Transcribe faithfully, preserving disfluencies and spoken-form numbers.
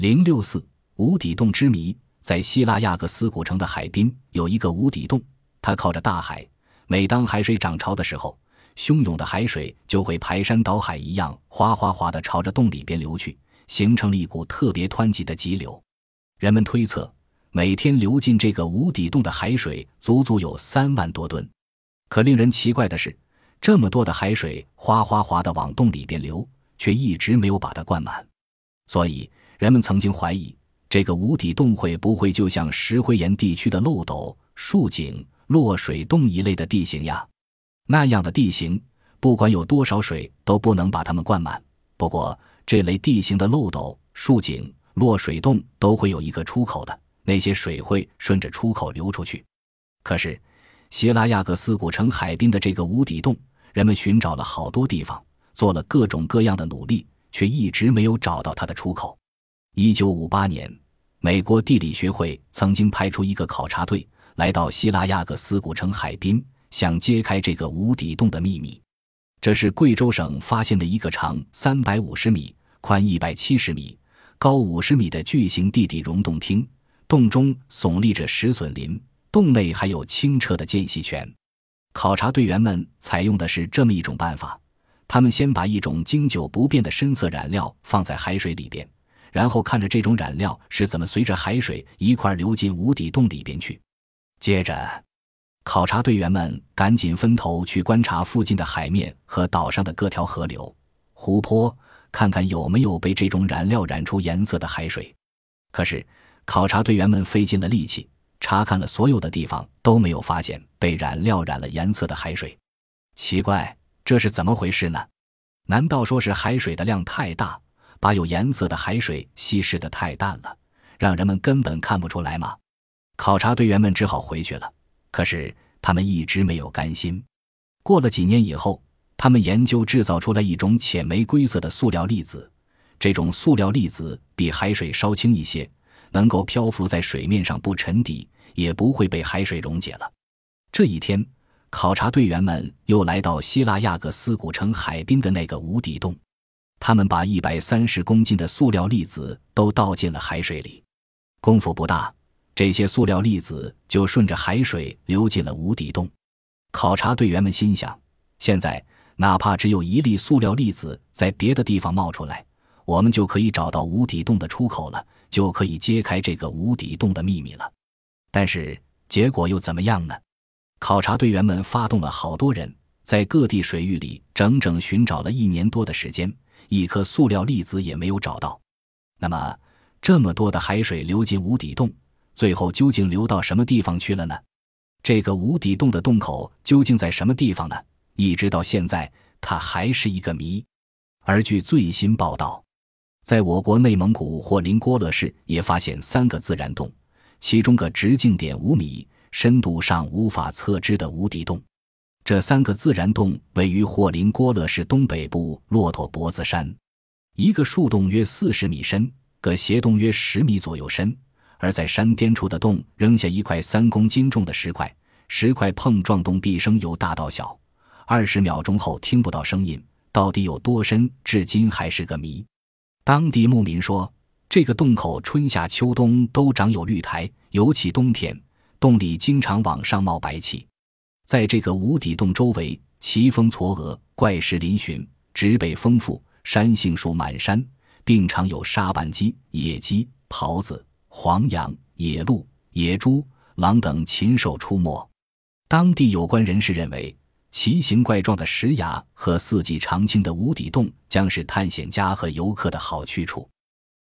零六四无底洞之谜。在希腊亚各斯古城的海滨有一个无底洞，它靠着大海，每当海水涨潮的时候，汹涌的海水就会排山倒海一样哗哗哗地朝着洞里边流去，形成了一股特别湍急的急流。人们推测，每天流进这个无底洞的海水足足有三万多吨。可令人奇怪的是，这么多的海水哗哗哗地往洞里边流，却一直没有把它灌满。所以人们曾经怀疑，这个无底洞会不会就像石灰岩地区的漏斗、竖井、落水洞一类的地形呀？那样的地形，不管有多少水都不能把它们灌满。不过这类地形的漏斗、竖井、落水洞都会有一个出口的，那些水会顺着出口流出去。可是希腊亚各斯古城海滨的这个无底洞，人们寻找了好多地方，做了各种各样的努力，却一直没有找到它的出口。一九五八年，美国地理学会曾经派出一个考察队来到希腊亚各斯古城海滨，想揭开这个无底洞的秘密。这是贵州省发现的一个长三百五十米、宽一百七十米、高五十米的巨型地底溶洞厅，洞中耸立着石笋林，洞内还有清澈的间隙泉。考察队员们采用的是这么一种办法，他们先把一种经久不变的深色染料放在海水里边，然后看着这种染料是怎么随着海水一块流进无底洞里边去。接着考察队员们赶紧分头去观察附近的海面和岛上的各条河流、湖泊，看看有没有被这种染料染出颜色的海水。可是考察队员们费尽了力气，查看了所有的地方，都没有发现被染料染了颜色的海水。奇怪，这是怎么回事呢？难道说是海水的量太大，把有颜色的海水稀释得太淡了，让人们根本看不出来吗？考察队员们只好回去了。可是他们一直没有甘心。过了几年以后，他们研究制造出来一种浅玫瑰色的塑料粒子，这种塑料粒子比海水稍轻一些，能够漂浮在水面上不沉底，也不会被海水溶解了。这一天，考察队员们又来到希腊亚各斯古城海滨的那个无底洞，他们把一百三十公斤的塑料粒子都倒进了海水里。功夫不大，这些塑料粒子就顺着海水流进了无底洞。考察队员们心想，现在哪怕只有一粒塑料粒子在别的地方冒出来，我们就可以找到无底洞的出口了，就可以揭开这个无底洞的秘密了。但是结果又怎么样呢？考察队员们发动了好多人，在各地水域里整整寻找了一年多的时间，一颗塑料粒子也没有找到。那么这么多的海水流进无底洞，最后究竟流到什么地方去了呢？这个无底洞的洞口究竟在什么地方呢？一直到现在，它还是一个谜。而据最新报道，在我国内蒙古霍林郭勒市也发现三个自然洞，其中个直径点五米、深度上无法测知的无底洞。这三个自然洞位于霍林郭勒市东北部骆驼脖子山，一个树洞约四十米深，个斜洞约十米左右深。而在山巅处的洞扔下一块三公斤重的石块，石块碰撞洞壁声由大到小，二十秒钟后听不到声音，到底有多深，至今还是个谜。当地牧民说，这个洞口春夏秋冬都长有绿苔，尤其冬天，洞里经常往上冒白气。在这个无底洞周围，奇峰嵯峨，怪石嶙峋，植被丰富，山杏树满山，并常有沙斑鸡、野鸡、狍子、黄羊、野鹿、野猪、狼等禽兽出没。当地有关人士认为，奇形怪状的石崖和四季常青的无底洞将是探险家和游客的好去处。